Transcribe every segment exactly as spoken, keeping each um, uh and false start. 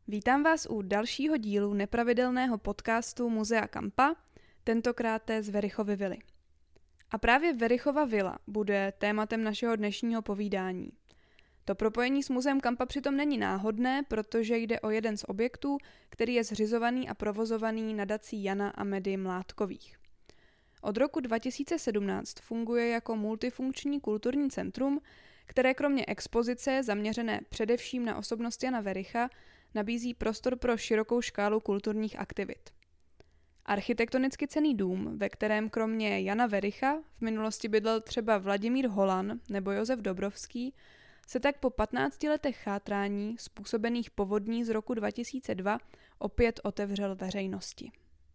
Vítám vás u dalšího dílu nepravidelného podcastu Muzea Kampa, tentokrát z Werichovy vily. A právě Werrichova vila bude tématem našeho dnešního povídání. To propojení s Muzeem Kampa přitom není náhodné, protože jde o jeden z objektů, který je zřizovaný a provozovaný nadací Jana a Medy Mládkových. Od roku dva tisíce sedmnáct funguje jako multifunkční kulturní centrum, které kromě expozice zaměřené především na osobnost Jana Werricha nabízí prostor pro širokou škálu kulturních aktivit. Architektonicky cenný dům, ve kterém kromě Jana Werricha v minulosti bydlel třeba Vladimír Holan nebo Josef Dobrovský, se tak po patnácti letech chátrání způsobených povodní z roku dva tisíce dva opět otevřel veřejnosti.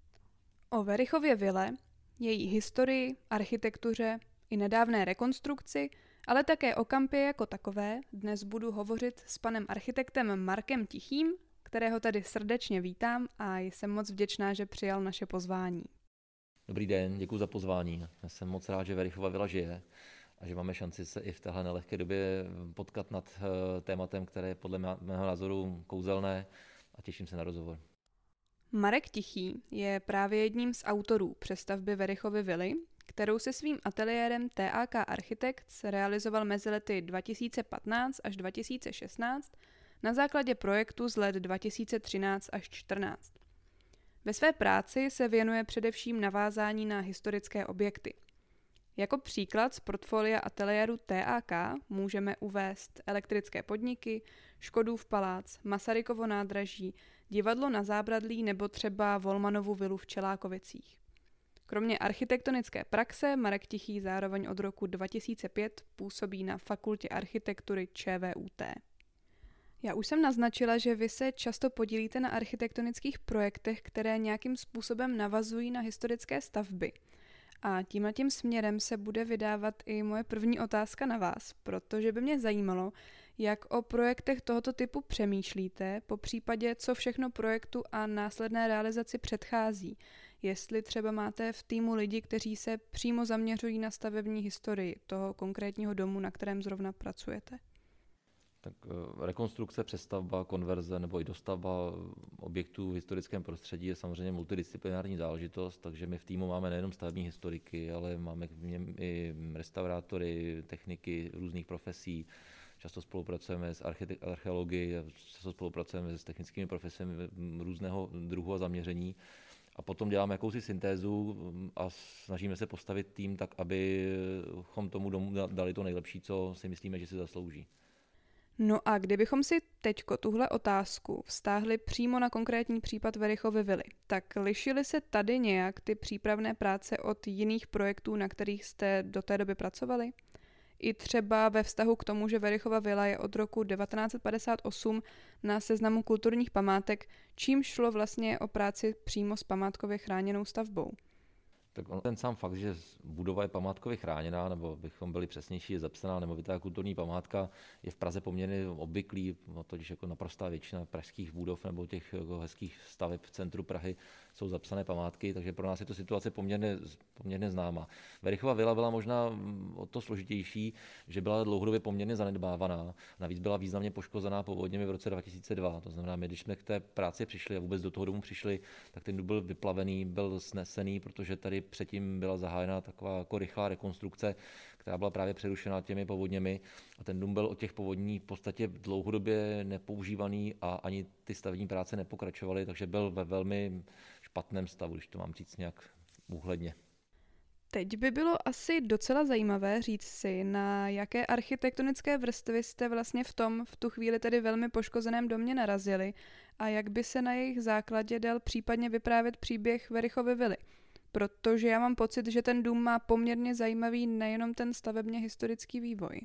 O Werrichově vile, její historii, architektuře i nedávné rekonstrukci, ale také o kampě jako takové dnes budu hovořit s panem architektem Markem Tichým, kterého tady srdečně vítám a jsem moc vděčná, že přijal naše pozvání. Dobrý den, děkuji za pozvání. Já jsem moc rád, že Werrichova vila žije a že máme šanci se i v téhle nelehké době potkat nad tématem, které je podle mého názoru kouzelné, a těším se na rozhovor. Marek Tichý je právě jedním z autorů přestavby Werrichovy vily, kterou se svým ateliérem T A K Architects realizoval mezi lety dva tisíce patnáct až dva tisíce šestnáct na základě projektu z let dva tisíce třináct až čtrnáct. Ve své práci se věnuje především navázání na historické objekty. Jako příklad z portfolia ateliéru T A K můžeme uvést elektrické podniky, Škodův palác, Masarykovo nádraží, divadlo na Zábradlí nebo třeba Volmanovu vilu v Čelákovicích. Kromě architektonické praxe Marek Tichý zároveň od roku dva tisíce pět působí na Fakultě architektury Č V U T. Já už jsem naznačila, že vy se často podílíte na architektonických projektech, které nějakým způsobem navazují na historické stavby. A tímhletím směrem se bude vydávat i moje první otázka na vás, protože by mě zajímalo, jak o projektech tohoto typu přemýšlíte, po případě co všechno projektu a následné realizaci předchází. Jestli třeba máte v týmu lidi, kteří se přímo zaměřují na stavební historii toho konkrétního domu, na kterém zrovna pracujete. Tak rekonstrukce, přestavba, konverze nebo i dostavba objektů v historickém prostředí je samozřejmě multidisciplinární záležitost, takže my v týmu máme nejenom stavební historiky, ale máme v něm i restaurátory, techniky různých profesí. Často spolupracujeme s archeologií, často spolupracujeme s technickými profesemi různého druhu a zaměření. A potom děláme jakousi syntézu a snažíme se postavit tým tak, abychom tomu domu dali to nejlepší, co si myslíme, že si zaslouží. No a kdybychom si teďko tuhle otázku vztáhli přímo na konkrétní případ Werrichovy vily, tak lišily se tady nějak ty přípravné práce od jiných projektů, na kterých jste do té doby pracovali? I třeba ve vztahu k tomu, že Werrichova vila je od roku devatenáct set padesát osm na seznamu kulturních památek, čím šlo vlastně o práci přímo s památkově chráněnou stavbou. Tak on, ten sám fakt, že budova je památkově chráněná, nebo bychom byli přesnější, je zapsaná nemovitá kulturní památka, je v Praze poměrně obvyklý, totiž jako naprostá většina pražských budov nebo těch jako hezkých staveb v centru Prahy jsou zapsané památky, takže pro nás je to situace poměrně, poměrně známá. Werrichova vila byla možná o to složitější, že byla dlouhodobě poměrně zanedbávaná, navíc byla významně poškozená povodněmi v roce dva tisíce dva, to znamená, my když jsme k té práci přišli a vůbec do toho domu přišli, tak ten dům byl vyplavený, byl snesený, protože tady předtím byla zahájena taková jako rychlá rekonstrukce, která byla právě přerušena těmi povodněmi a ten dům byl od těch povodní v podstatě dlouhodobě nepoužívaný a ani ty stavební práce nepokračovaly, takže byl ve velmi špatném stavu, když to mám říct nějak úhledně. Teď by bylo asi docela zajímavé říct si, na jaké architektonické vrstvy jste vlastně v tom v tu chvíli tedy velmi poškozeném domě narazili a jak by se na jejich základě dal případně vyprávět příběh Werrichovy vily. Protože já mám pocit, že ten dům má poměrně zajímavý nejenom ten stavebně historický vývoj.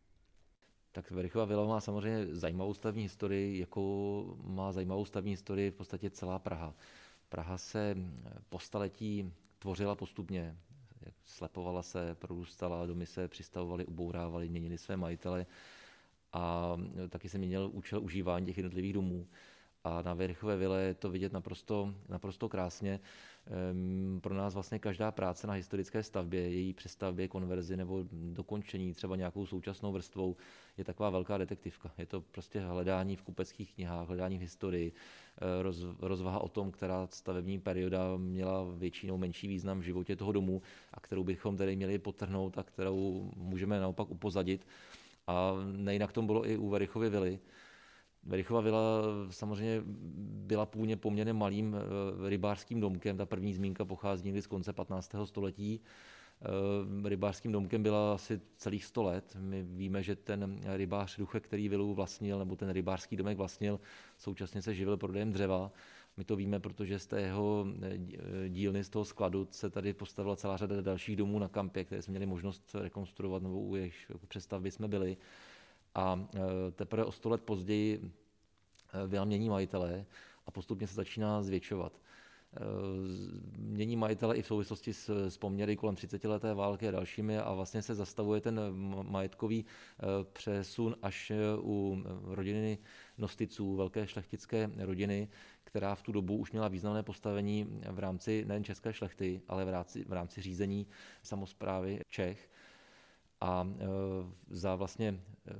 Tak Werrichova vila má samozřejmě zajímavou stavební historii, jako má zajímavou stavební historii v podstatě celá Praha. Praha se po staletí tvořila postupně, slepovala se, prorůstala, domy se přistavovaly, ubourávaly, měnili své majitele a taky se měnil účel užívání těch jednotlivých domů. a na Verichové vile je to vidět naprosto, naprosto krásně. Pro nás vlastně každá práce na historické stavbě, její přestavbě, konverzi nebo dokončení třeba nějakou současnou vrstvou je taková velká detektivka. Je to prostě hledání v kupeckých knihách, hledání v historii, roz, rozvaha o tom, která stavební perioda měla větší nebo menší význam v životě toho domu a kterou bychom tedy měli podtrhnout a kterou můžeme naopak upozadit. A nejinak tomu bylo i u Verichovy vily. Verichova vila samozřejmě byla původně poměrně malým rybářským domkem. Ta první zmínka pochází někdy z konce patnáctého století. Rybářským domkem byla asi celých sto let. My víme, že ten rybář Duche, který vilu vlastnil, nebo ten rybářský domek vlastnil, současně se živil prodejem dřeva. My to víme, protože z té jeho dílny, z toho skladu se tady postavila celá řada dalších domů na kampě, které jsme měli možnost rekonstruovat, nebo u jejich přestavby jsme byli. A teprve o sto let později vila mění majitele a postupně se začíná zvětšovat. Mění majitele i v souvislosti s, s poměry kolem třicetileté války a dalšími a vlastně se zastavuje ten majetkový přesun až u rodiny Nosticů, velké šlechtické rodiny, která v tu dobu už měla významné postavení v rámci nejen české šlechty, ale v rámci, v rámci řízení samosprávy Čech. A za vlastně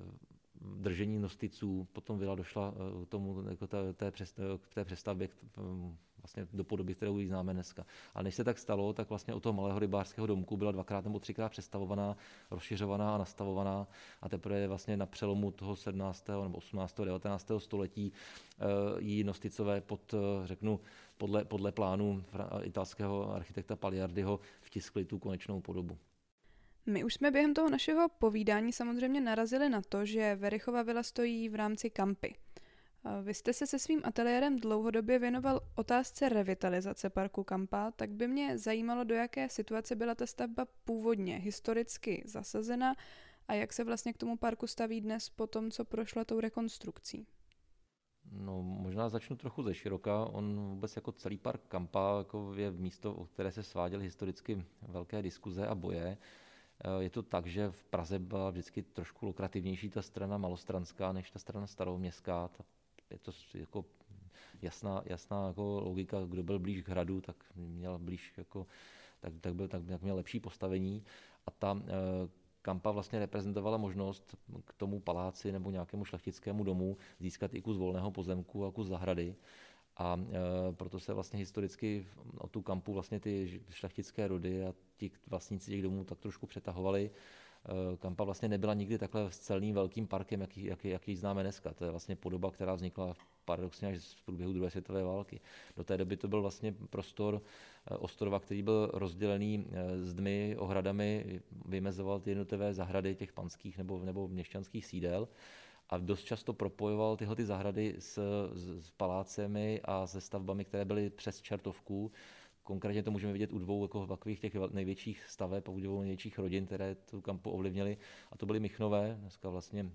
držení Nosticů potom vila došla k tomu, jako té, té, k té přestavbě vlastně do podoby, kterou ji známe dneska. Ale než se tak stalo, tak vlastně od toho malého rybářského domku byla dvakrát nebo třikrát přestavovaná, rozšiřovaná a nastavovaná a teprve vlastně na přelomu toho sedmnáctého nebo osmnáctého devatenáctého století jí Nosticové pod, řeknu, podle, podle plánu italského architekta Pagliardiho vtiskli tu konečnou podobu. My už jsme během toho našeho povídání samozřejmě narazili na to, že Verichova vila stojí v rámci kampy. Vy jste se se svým ateliérem dlouhodobě věnoval otázce revitalizace parku Kampa, tak by mě zajímalo, do jaké situace byla ta stavba původně historicky zasazena a jak se vlastně k tomu parku staví dnes po tom, co prošla tou rekonstrukcí. No, možná začnu trochu ze široka. On vůbec jako celý park Kampa jako je místo, o které se sváděly historicky velké diskuze a boje. Je to tak, že v Praze byla vždycky trošku lukrativnější ta strana malostranská než ta strana staroměstská. Je to jako jasná, jasná jako logika, kdo byl blíž k hradu, tak měl blíž jako, tak, tak, byl, tak, tak měl lepší postavení. A ta e, Kampa vlastně reprezentovala možnost k tomu paláci nebo nějakému šlechtickému domu získat i kus volného pozemku a kus zahrady. A e, proto se vlastně historicky o tu Kampu vlastně ty šlechtické rody a ti vlastníci těch domů tak trošku přetahovali. E, Kampa vlastně nebyla nikdy takhle celým velkým parkem, jaký, jaký, jaký známe dneska. To je vlastně podoba, která vznikla paradoxně až v průběhu druhé světové války. Do té doby to byl vlastně prostor ostrova, který byl rozdělený zdmi, ohradami, vymezoval ty jednotlivé zahrady těch panských nebo, nebo měšťanských sídel. A dost často propojoval tyhle ty zahrady s, s palácemi a se stavbami, které byly přes čertovku. Konkrétně to můžeme vidět u dvou jako takových těch největších staveb, u dvou největších rodin, které tu Kampu ovlivnily. A to byly Michnové, dneska vlastně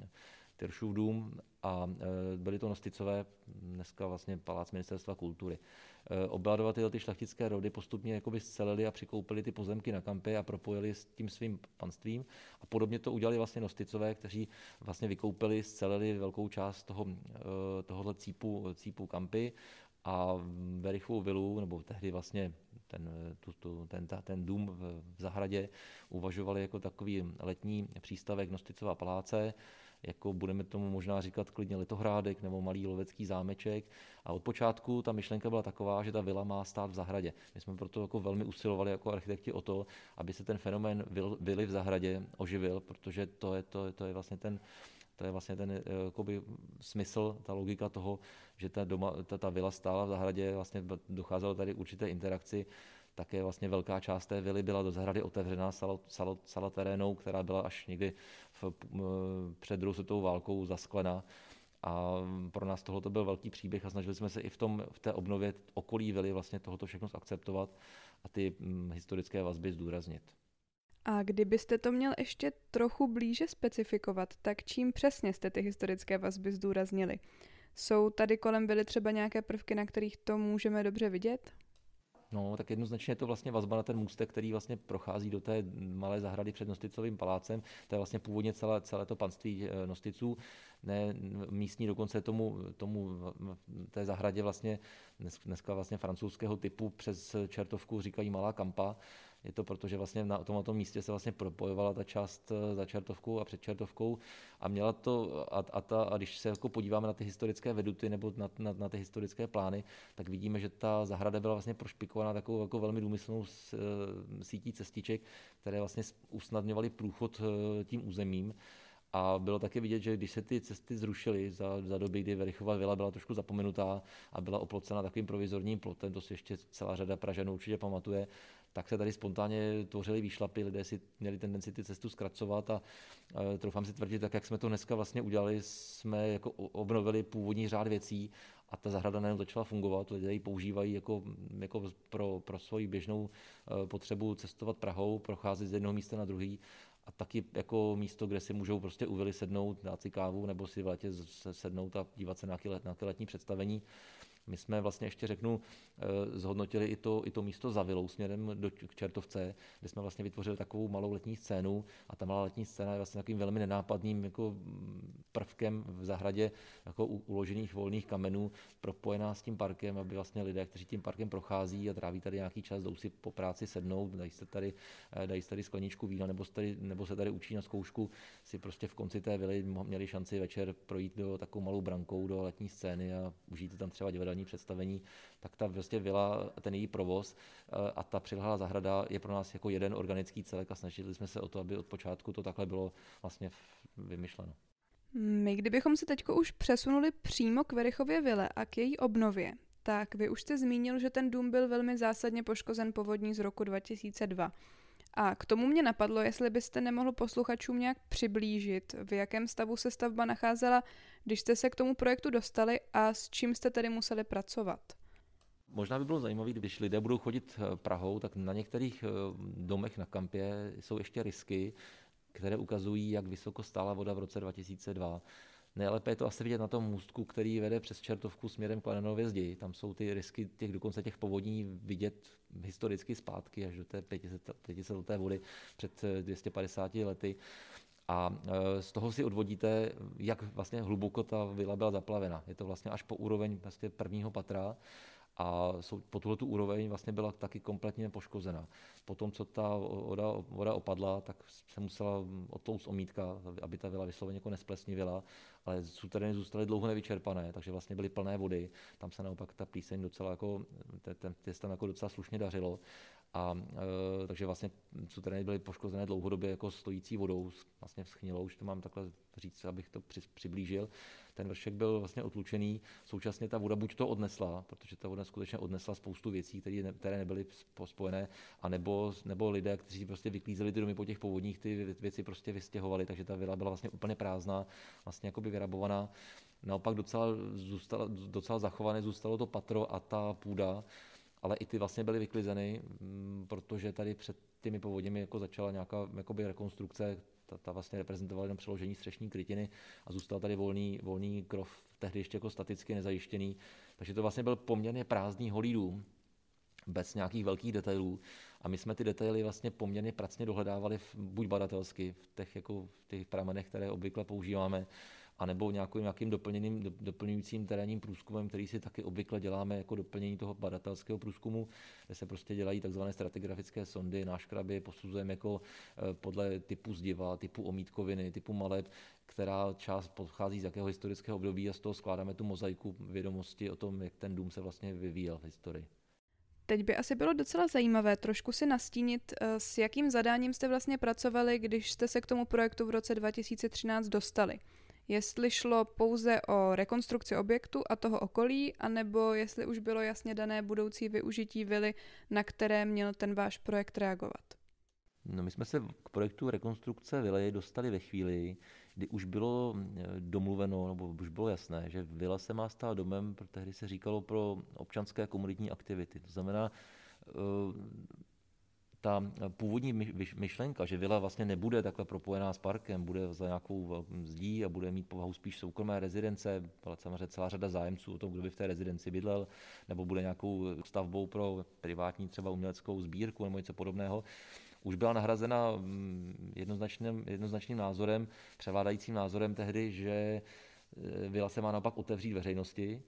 Tyršův dům, a byly to Nosticové, dneska vlastně palác Ministerstva kultury. Oba dva tyhle ty šlechtické rody postupně jakoby scelili a přikoupili ty pozemky na Kampě a propojili s tím svým panstvím. A podobně to udělali vlastně Nosticové, kteří vlastně vykoupili, scelili velkou část toho, tohohle cípu, cípu Kampy a Verichovu vilu, nebo tehdy vlastně ten, tu, tu, ten, ten dům v zahradě uvažovali jako takový letní přístavek Nosticova paláce, jako budeme tomu možná říkat klidně Litohrádek nebo malý lovecký zámeček. A od počátku ta myšlenka byla taková, že ta vila má stát v zahradě. My jsme proto jako velmi usilovali jako architekti o to, aby se ten fenomén vil, vily v zahradě oživil, protože to je, to, to je vlastně ten, to je vlastně ten jakoby, smysl, ta logika toho, že ta, doma, ta, ta vila stála v zahradě, vlastně docházelo tady k určité interakci. Také vlastně velká část té vily byla do zahrady otevřená sala, sala, sala terénou, která byla až někdy v, před druhou světovou válkou zasklena. A pro nás tohoto byl velký příběh a snažili jsme se i v, tom, v té obnově okolí vily vlastně tohoto všechno akceptovat a ty hm, historické vazby zdůraznit. A kdybyste to měl ještě trochu blíže specifikovat, tak čím přesně jste ty historické vazby zdůraznili? Jsou tady kolem vily třeba nějaké prvky, na kterých to můžeme dobře vidět? No, tak jednoznačně je to vlastně vazba na ten můstek, který vlastně prochází do té malé zahrady před Nosticovým palácem. To je vlastně původně celé, celé to panství Nosticů. Ne, místní dokonce tomu, tomu té zahradě vlastně dneska vlastně francouzského typu přes Čertovku říkají Malá Kampa. Je to proto, že vlastně na tomto místě se vlastně propojovala ta část za Čertovkou a před Čertovkou a měla to, a, a, ta, a když se jako podíváme na ty historické veduty nebo na, na, na ty historické plány, tak vidíme, že ta zahrada byla vlastně prošpikovaná takovou jako velmi důmyslnou sítí cestiček, které vlastně usnadňovaly průchod tím územím. A bylo také vidět, že když se ty cesty zrušily za, za doby, kdy Verichova vila byla trošku zapomenutá a byla oplocena takovým provizorním plotem, to si ještě celá řada Pražanů určitě pamatuje, tak se tady spontánně tvořily výšlapy, lidé si měli tendenci ty cestu zkracovat a e, troufám si tvrdit, tak jak jsme to dneska vlastně udělali, jsme jako obnovili původní řád věcí a ta zahrada najednou začala fungovat, lidé ji používají jako, jako pro, pro svoji běžnou e, potřebu cestovat Prahou, procházet z jednoho místa na druhý. A taky jako místo, kde si můžou prostě u vily sednout, dát si kávu nebo si v létě sednout a dívat se na nějaké letní představení. My jsme vlastně ještě řeknu, zhodnotili i to, i to místo za vilou směrem do, k Čertovce, kde jsme vlastně vytvořili takovou malou letní scénu a ta malá letní scéna je vlastně takovým velmi nenápadným jako prvkem v zahradě jako uložených volných kamenů, propojená s tím parkem, aby vlastně lidé, kteří tím parkem prochází a tráví tady nějaký čas, jdou si po práci sednout, dají se tady, dají se tady skleničku vína nebo se tady, nebo se tady učí na zkoušku, si prostě v konci té vily měli šanci večer projít do takovou malou brankou do letní scény a užít tam třeba divadelní představení, tak ta vlastně vila, ten její provoz a ta přilehlá zahrada je pro nás jako jeden organický celek a snažili jsme se o to, aby od počátku to takhle bylo vlastně vymyšleno. My kdybychom se teď už přesunuli přímo k Verichově vile a k její obnově, tak vy už jste zmínil, že ten dům byl velmi zásadně poškozen povodní z roku dva tisíce dva. A k tomu mě napadlo, jestli byste nemohl posluchačům nějak přiblížit, v jakém stavu se stavba nacházela, když jste se k tomu projektu dostali a s čím jste tedy museli pracovat. Možná by bylo zajímavé, když lidé budou chodit Prahou, tak na některých domech na Kampě jsou ještě rysky, které ukazují, jak vysoko stála voda v roce dva tisíce dva. Nejlépe je to asi vidět na tom můstku, který vede přes Čertovku směrem k Lenenově zdi. Tam jsou ty rysky těch, dokonce těch povodní vidět historicky zpátky až do té pětisetleté vody před dvě stě padesáti lety. A z toho si odvodíte, jak vlastně hluboko ta vila byla zaplavena. Je to vlastně až po úroveň vlastně prvního patra. A po tuhletu úroveň vlastně byla taky kompletně poškozena. Potom, co ta voda, voda opadla, tak se musela odtlouct omítka, aby ta vila vysloveně jako nesplesnivila, ale suterény zůstaly dlouho nevyčerpané, takže vlastně byly plné vody. Tam se naopak ta plíseň docela jako, ten tam jako docela slušně dařilo. A e, takže vlastně suterény byly poškozené dlouhodobě jako stojící vodou, vlastně vschnilou, už to mám takhle říct, abych to při, přiblížil. Ten vršek byl vlastně otlučený, současně ta voda buď to odnesla, protože ta voda skutečně odnesla spoustu věcí, které, ne, které nebyly spojené, a nebo, nebo lidé, kteří prostě vyklízeli ty domy po těch povodních, ty věci prostě vystěhovali, takže ta vila byla vlastně úplně prázdná, vlastně jakoby vyrabovaná. Naopak docela, zůstala, docela zachované zůstalo to patro a ta půda, ale i ty vlastně byly vyklizeny, protože tady před těmi povodněmi jako začala nějaká jakoby rekonstrukce, ta, ta vlastně reprezentovala jenom přeložení střešní krytiny a zůstal tady volný, volný krov, tehdy ještě jako staticky nezajištěný. Takže to vlastně byl poměrně prázdný holý dům, bez nějakých velkých detailů. A my jsme ty detaily vlastně poměrně pracně dohledávali v, buď badatelsky, v těch, jako, v těch pramenech, které obvykle používáme, anebo nějakým, nějakým doplněným, doplňujícím terénním průzkumem, který si taky obvykle děláme jako doplnění toho badatelského průzkumu, kde se prostě dělají takzvané stratigrafické sondy, náškraby, posuzujeme jako podle typu zdiva, typu omítkoviny, typu maleb, která část pochází z jakého historického období a z toho skládáme tu mozaiku vědomosti o tom, jak ten dům se vlastně vyvíjel v historii. Teď by asi bylo docela zajímavé trošku si nastínit, s jakým zadáním jste vlastně pracovali, když jste se k tomu projektu v roce dva tisíce třináct dostali. Jestli šlo pouze o rekonstrukci objektu a toho okolí, anebo jestli už bylo jasně dané budoucí využití vily, na které měl ten váš projekt reagovat. No, my jsme se k projektu rekonstrukce vily dostali ve chvíli, kdy už bylo domluveno, nebo už bylo jasné, že vila se má stát domem, protože tehdy se říkalo pro občanské komunitní aktivity. To znamená, ta původní myšlenka, že vila vlastně nebude takhle propojená s parkem, bude za nějakou zdí a bude mít povahu spíš soukromé rezidence, byla samozřejmě celá řada zájemců o tom, kdo by v té rezidenci bydlel, nebo bude nějakou stavbou pro privátní třeba uměleckou sbírku nebo něco podobného, už byla nahrazena jednoznačným, jednoznačným názorem, převládajícím názorem tehdy, že vila se má naopak otevřít veřejnosti.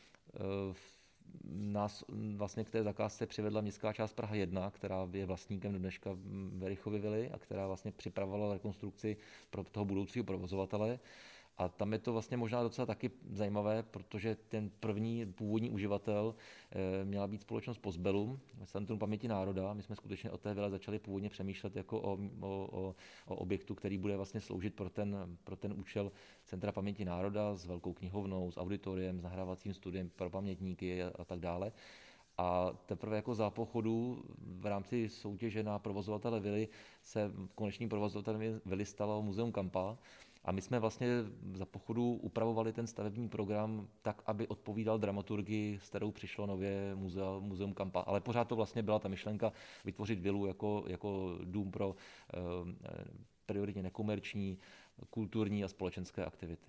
Nás vlastně k té zakázce přivedla městská část Praha jedna, která je vlastníkem do dneška Werichovy vily a která vlastně připravovala rekonstrukci pro toho budoucího provozovatele. A tam je to vlastně možná docela taky zajímavé, protože ten první původní uživatel měla být společnost Postbellum, Centrum paměti národa. My jsme skutečně o té vile začali původně přemýšlet jako o, o, o, o objektu, který bude vlastně sloužit pro ten, pro ten účel Centra paměti národa s velkou knihovnou, s auditoriem, s nahrávacím studiem pro pamětníky a, a tak dále. A teprve jako za pochodu v rámci soutěže na provozovatele vily se konečným provozovatelem vily stalo Muzeum Kampa. A my jsme vlastně za pochodu upravovali ten stavební program tak, aby odpovídal dramaturgii, s kterou přišlo nově muzea, Muzeum Kampa. Ale pořád to vlastně byla ta myšlenka vytvořit vilu jako, jako dům pro eh, prioritně nekomerční, kulturní a společenské aktivity.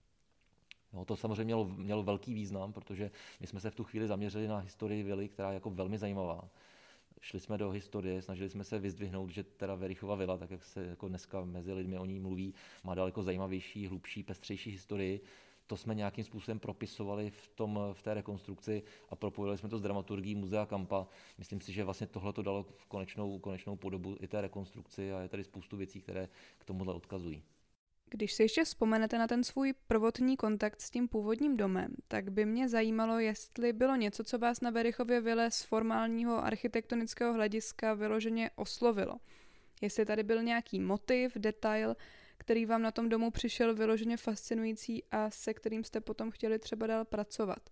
No, to samozřejmě mělo, mělo velký význam, protože my jsme se v tu chvíli zaměřili na historii vily, která je jako velmi zajímavá. Šli jsme do historie, snažili jsme se vyzdvihnout, že teda Werichova vila, tak jak se jako dneska mezi lidmi o ní mluví, má daleko zajímavější, hlubší, pestřejší historii. To jsme nějakým způsobem propisovali v, tom, v té rekonstrukci a propojili jsme to s dramaturgií Muzea Kampa. Myslím si, že vlastně tohle to dalo v konečnou, konečnou podobu i té rekonstrukci a je tady spoustu věcí, které k tomuhle odkazují. Když si ještě vzpomenete na ten svůj prvotní kontakt s tím původním domem, tak by mě zajímalo, jestli bylo něco, co vás na Werichově vile z formálního architektonického hlediska vyloženě oslovilo. Jestli tady byl nějaký motiv, detail, který vám na tom domu přišel vyloženě fascinující a se kterým jste potom chtěli třeba dál pracovat.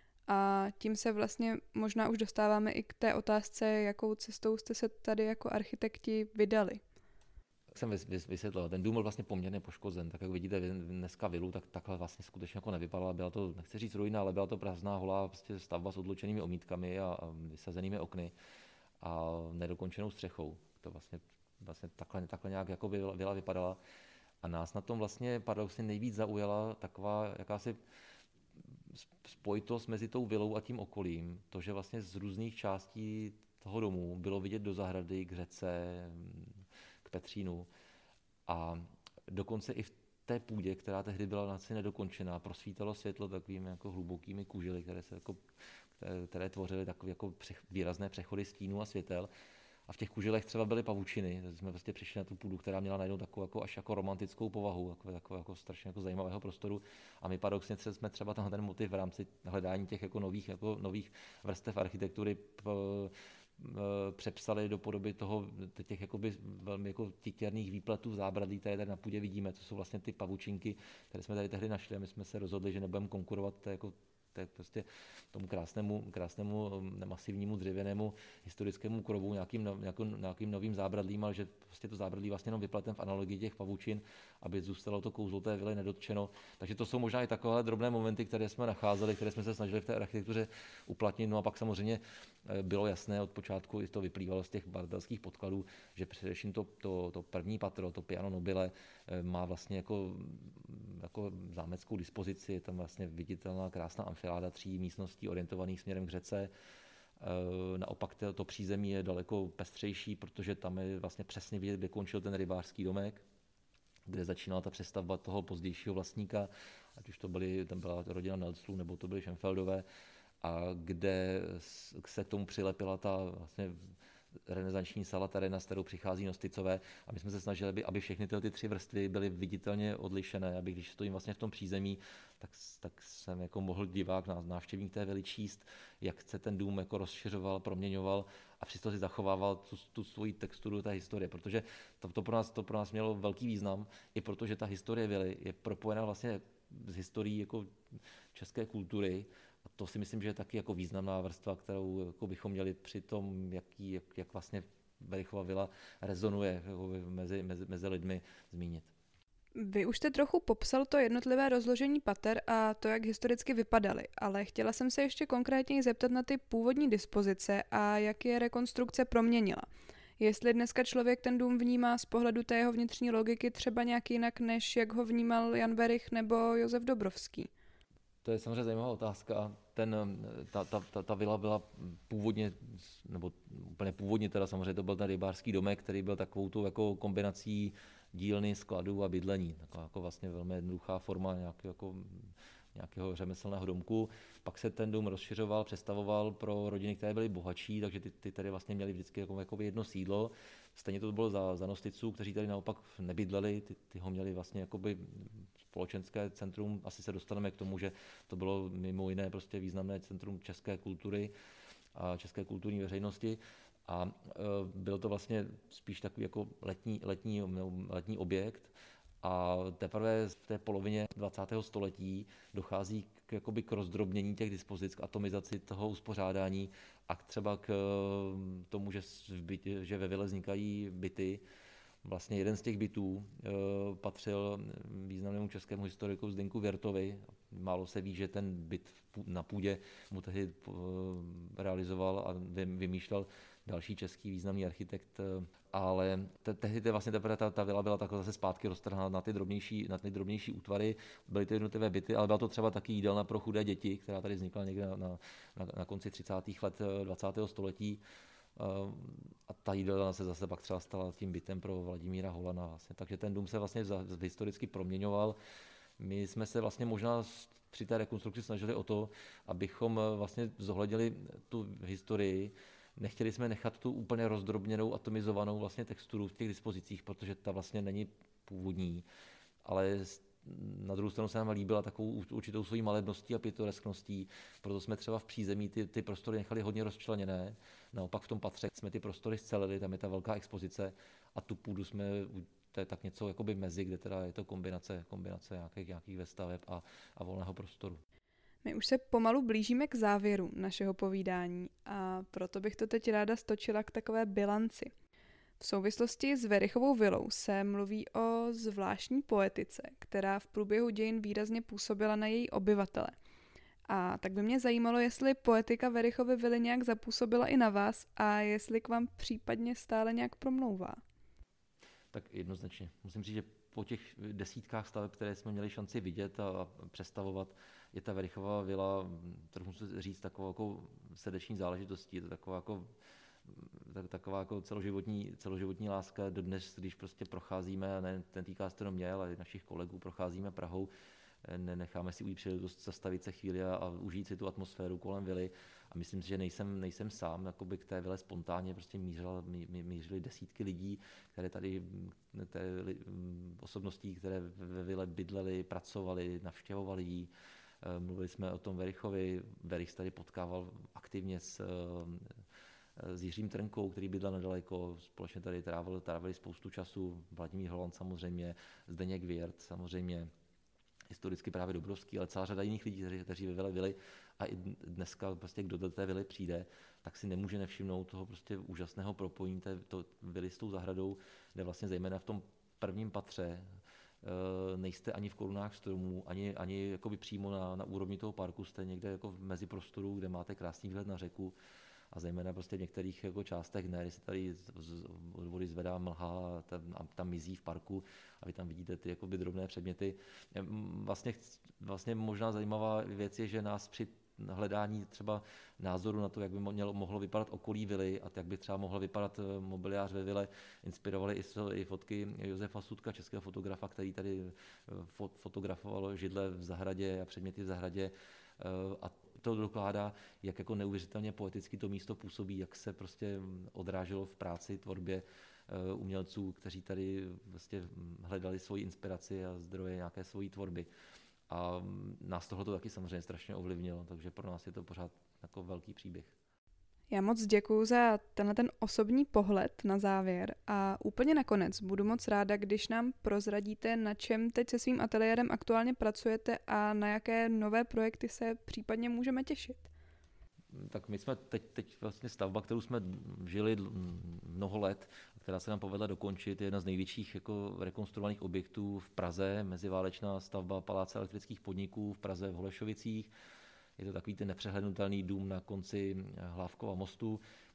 A tím se vlastně možná už dostáváme i k té otázce, jakou cestou jste se tady jako architekti vydali. Jak jsem vysvětlil, ten dům byl vlastně poměrně poškozen, tak jak vidíte dneska vilu, tak takhle vlastně skutečně jako nevypadala. Byla to, nechci říct ruina, ale byla to prázdná holá prostě stavba s odlučenými omítkami a, a vysazenými okny a nedokončenou střechou. To vlastně, vlastně takhle, takhle nějak jako vila, vila vypadala. A nás na tom vlastně paradoxně nejvíc zaujala taková jakási spojitost mezi tou vilou a tím okolím. To, že vlastně z různých částí toho domu bylo vidět do zahrady, k řece, Petřínu a dokonce i v té půdě, která tehdy byla asi nedokončená, prosvítalo světlo takovými jako hlubokými kůžely, které, se jako, které, které tvořily takové jako přech, výrazné přechody stínů a světel. A v těch kůželech třeba byly pavučiny, takže jsme prostě přišli na tu půdu, která měla najednou takovou jako, až jako romantickou povahu, takovou, takovou jako strašně jako zajímavého prostoru. A my paradoxně jsme třeba tenhle ten motiv v rámci hledání těch jako nových, jako nových vrstev architektury p- přepsali do podoby toho, těch jakoby velmi jako titěrných výpletů zábradlí, které tady na půdě vidíme. To jsou vlastně ty pavučinky, které jsme tady tehdy našli a my jsme se rozhodli, že nebudeme konkurovat té, jako, té prostě tomu krásnému, krásnému masivnímu dřevěnému historickému krovu nějakým, nějakým, nějakým novým zábradlím, ale že prostě to zábradlí vlastně jenom vypletem v analogii těch pavučin, aby zůstalo to kouzlo té vily nedotčeno. Takže to jsou možná i takové drobné momenty, které jsme nacházeli, které jsme se snažili v té architektuře uplatnit. No a pak samozřejmě bylo jasné od počátku, i to vyplývalo z těch badatelských podkladů, že především to, to, to první patro, to piano nobile, má vlastně jako, jako zámeckou dispozici, je tam vlastně viditelná krásná amfiláda tří místností orientovaných směrem k řece. Naopak to, to přízemí je daleko pestřejší, protože tam je vlastně přesně vidět, kde končil ten rybářský domek, kde začínala ta přestavba toho pozdějšího vlastníka, ať už to byly, tam byla rodina Nelslů, nebo to byly Schenfeldové, a kde se k tomu přilepila ta vlastně renesanční sala Terena, s kterou přichází Nosticové, a my jsme se snažili, aby všechny tyhle ty tři vrstvy byly viditelně odlišené, aby když stojím vlastně v tom přízemí, tak, tak jsem jako mohl divák, návštěvník té vily číst, jak se ten dům jako rozšiřoval, proměňoval a přesto si zachovával tu, tu svoji texturu té historie, protože to, to, pro nás, to pro nás mělo velký význam, i protože ta historie vily je propojena vlastně s historií jako české kultury. A to si myslím, že je taky jako významná vrstva, kterou jako bychom měli při tom, jaký, jak, jak vlastně Werichova vila rezonuje jako mezi, mezi, mezi lidmi, zmínit. Vy už jste trochu popsal to jednotlivé rozložení pater a to, jak historicky vypadaly, ale chtěla jsem se ještě konkrétně zeptat na ty původní dispozice a jak je rekonstrukce proměnila. Jestli dneska člověk ten dům vnímá z pohledu té jeho vnitřní logiky třeba nějak jinak, než jak ho vnímal Jan Werich nebo Josef Dobrovský. To je samozřejmě zajímavá otázka. Ten, ta, ta, ta, ta vila byla původně, nebo úplně původně teda samozřejmě to byl ten rybářský domek, který byl takovou tou jako kombinací dílny, skladů a bydlení. Taková jako vlastně velmi jednoduchá forma nějakého, jako, nějakého řemeslného domku. Pak se ten dům rozšiřoval, přestavoval pro rodiny, které byly bohatší, takže ty, ty tady vlastně měly vždycky jako, jako jedno sídlo. Stejně to bylo za, za nosticů, kteří tady naopak nebydleli, ty, ty ho měli vlastně jakoby společenské centrum. Asi se dostaneme k tomu, že to bylo mimo jiné prostě významné centrum české kultury a české kulturní veřejnosti. A e, byl to vlastně spíš takový jako letní, letní, letní objekt. A teprve v té polovině dvacátého století dochází k, jakoby k rozdrobnění těch dispozic, k atomizaci toho uspořádání a třeba k tomu, že, v bytě, že ve vile vznikají byty. Vlastně jeden z těch bytů e, patřil významnému českému historiku Zdeňku Věrtovi. Málo se ví, že ten byt na půdě mu tehdy e, realizoval a vymýšlel další český významný architekt, ale te, tehdy te vlastně teprve ta, ta vila byla takhle zase zpátky roztrhaná na ty drobnější, na ty drobnější útvary, byly to jednotlivé byty, ale byla to třeba taky jídelna pro chudé děti, která tady vznikla někde na, na, na konci třicátých let dvacátého století. A ta jídelna se zase pak třeba stala tím bytem pro Vladimíra Holana. Vlastně. Takže ten dům se vlastně historicky proměňoval. My jsme se vlastně možná při té rekonstrukci snažili o to, abychom vlastně zohlednili tu historii. Nechtěli jsme nechat tu úplně rozdrobněnou, atomizovanou vlastně texturu v těch dispozicích, protože ta vlastně není původní, ale na druhou stranu se nám líbila takovou určitou svojí malebností a pitoreskností, proto jsme třeba v přízemí ty, ty prostory nechali hodně rozčleněné. Naopak v tom patře jsme ty prostory scelili, tam je ta velká expozice a tu půdu jsme, to je tak něco jakoby mezi, kde teda je to kombinace, kombinace nějakých, nějakých vestaveb a, a volného prostoru. My už se pomalu blížíme k závěru našeho povídání a proto bych to teď ráda stočila k takové bilanci. V souvislosti s Werichovou vilou se mluví o zvláštní poetice, která v průběhu dějin výrazně působila na její obyvatele. A tak by mě zajímalo, jestli poetika Werichovy vily nějak zapůsobila i na vás a jestli k vám případně stále nějak promlouvá. Tak jednoznačně. Musím říct, že po těch desítkách staveb, které jsme měli šanci vidět a přestavovat, je ta Werichová vila, trochu musím říct, takovou jako srdeční záležitostí. Je to taková jako, taková jako celoživotní, celoživotní láska. Dodnes, když prostě procházíme, a ne, ten týká se to jenom mě, ale i našich kolegů, procházíme Prahou, nenecháme si ujít příležitost zastavit se chvíli a, a užít si tu atmosféru kolem vily. A myslím si, že nejsem, nejsem sám, jakoby k té vile spontánně prostě mířila, mí, mířili desítky lidí, které tady, té osobností, které ve vile bydleli, pracovali, navštěvovali ji. Mluvili jsme o tom Werichovi, Werich tady potkával aktivně s, s Jiřím Trnkou, který bydlel nedaleko, společně tady trávili, trávili spoustu času, Vladimír Holant samozřejmě, Zdeněk Věrt samozřejmě, historicky právě Dobrovský, ale celá řada jiných lidí, kteří, kteří ve vile byli a i dneska prostě kdo do té vily přijde, tak si nemůže nevšimnout toho prostě úžasného propojení té to vily s tou zahradou, kde vlastně zejména v tom prvním patře nejste ani v korunách stromů, ani, ani jakoby přímo na, na úrovni toho parku, jste někde jako v meziprostoru, kde máte krásný výhled na řeku a zejména prostě v některých jako částech ne, když se tady od vody zvedá mlha a tam, a tam mizí v parku a vy tam vidíte ty jakoby drobné předměty. Vlastně, vlastně možná zajímavá věc je, že nás při hledání třeba názoru na to, jak by mělo, mohlo vypadat okolí vily a jak by třeba mohl vypadat mobiliář ve vile, inspirovaly i, i fotky Josefa Sudka, českého fotografa, který tady fotografoval židle v zahradě a předměty v zahradě a to dokládá, jak jako neuvěřitelně poeticky to místo působí, jak se prostě odráželo v práci, tvorbě umělců, kteří tady vlastně hledali svoji inspiraci a zdroje nějaké svojí tvorby. A nás tohle to taky samozřejmě strašně ovlivnilo, takže pro nás je to pořád jako velký příběh. Já moc děkuju za tenhle ten osobní pohled na závěr a úplně nakonec budu moc ráda, když nám prozradíte, na čem teď se svým ateliérem aktuálně pracujete a na jaké nové projekty se případně můžeme těšit. Tak my jsme teď, teď vlastně stavba, kterou jsme žili mnoho let, která se nám povedla dokončit, je jedna z největších jako rekonstruovaných objektů v Praze, meziválečná stavba Paláce elektrických podniků v Praze v Holešovicích. Je to takový ten nepřehlednutelný dům na konci Hlávkova mostu,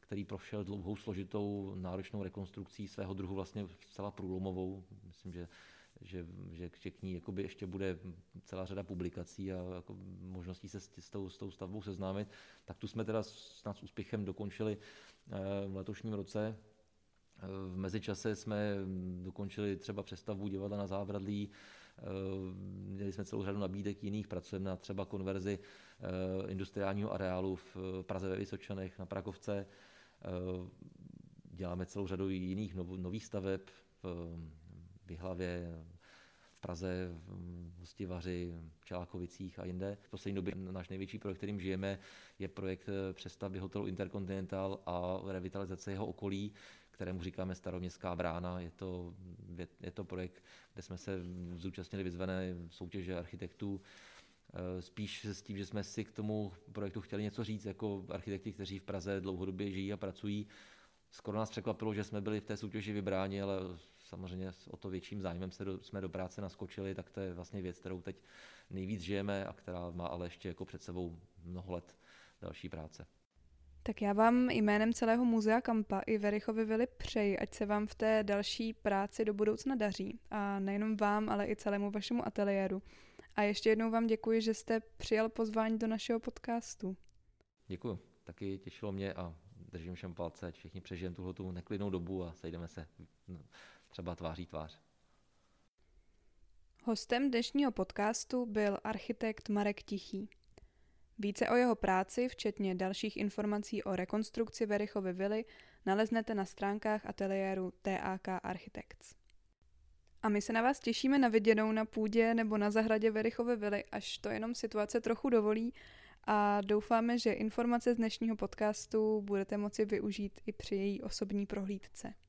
který prošel dlouhou, složitou, náročnou rekonstrukcí svého druhu, vlastně zcela průlomovou. Myslím, že Že, že, že k ní jakoby ještě bude celá řada publikací a jako možností se s, s, tou, s tou stavbou seznámit. Tak tu jsme teda snad s úspěchem dokončili v letošním roce. V mezičase jsme dokončili třeba přestavbu divadla na Zábradlí, měli jsme celou řadu nabídek jiných, pracujeme na třeba konverzi industriálního areálu v Praze ve Vysočanech, na Prakovce, děláme celou řadu jiných nových staveb v Jihlavě, v Praze, v Hostivaři, v Čelákovicích a jinde. V poslední době náš největší projekt, kterým žijeme, je projekt přestavby hotelu Intercontinental a revitalizace jeho okolí, kterému říkáme Staroměstská brána. Je to, je, je to projekt, kde jsme se zúčastnili vyzvané soutěže architektů, spíš s tím, že jsme si k tomu projektu chtěli něco říct, jako architekti, kteří v Praze dlouhodobě žijí a pracují. Skoro nás překvapilo, že jsme byli v té soutěži vybráni, ale samozřejmě o to větším zájmem se do, jsme do práce naskočili, tak to je vlastně věc, kterou teď nejvíc žijeme a která má ale ještě jako před sebou mnoho let další práce. Tak já vám jménem celého Muzea Kampa i Werichovy vily přeji, ať se vám v té další práci do budoucna daří. A nejenom vám, ale i celému vašemu ateliéru. A ještě jednou vám děkuji, že jste přijal pozvání do našeho podcastu. Děkuji. Taky těšilo mě a držím všem palce, ať všichni přežijeme tuhletu neklidnou dobu a sejdeme se třeba tváří tvář. Hostem dnešního podcastu byl architekt Marek Tichý. Více o jeho práci, včetně dalších informací o rekonstrukci Werichovy vily, naleznete na stránkách ateliéru T A K Architects. A my se na vás těšíme na viděnou na půdě nebo na zahradě Werichovy vily, až to jenom situace trochu dovolí, a doufáme, že informace z dnešního podcastu budete moci využít i při její osobní prohlídce.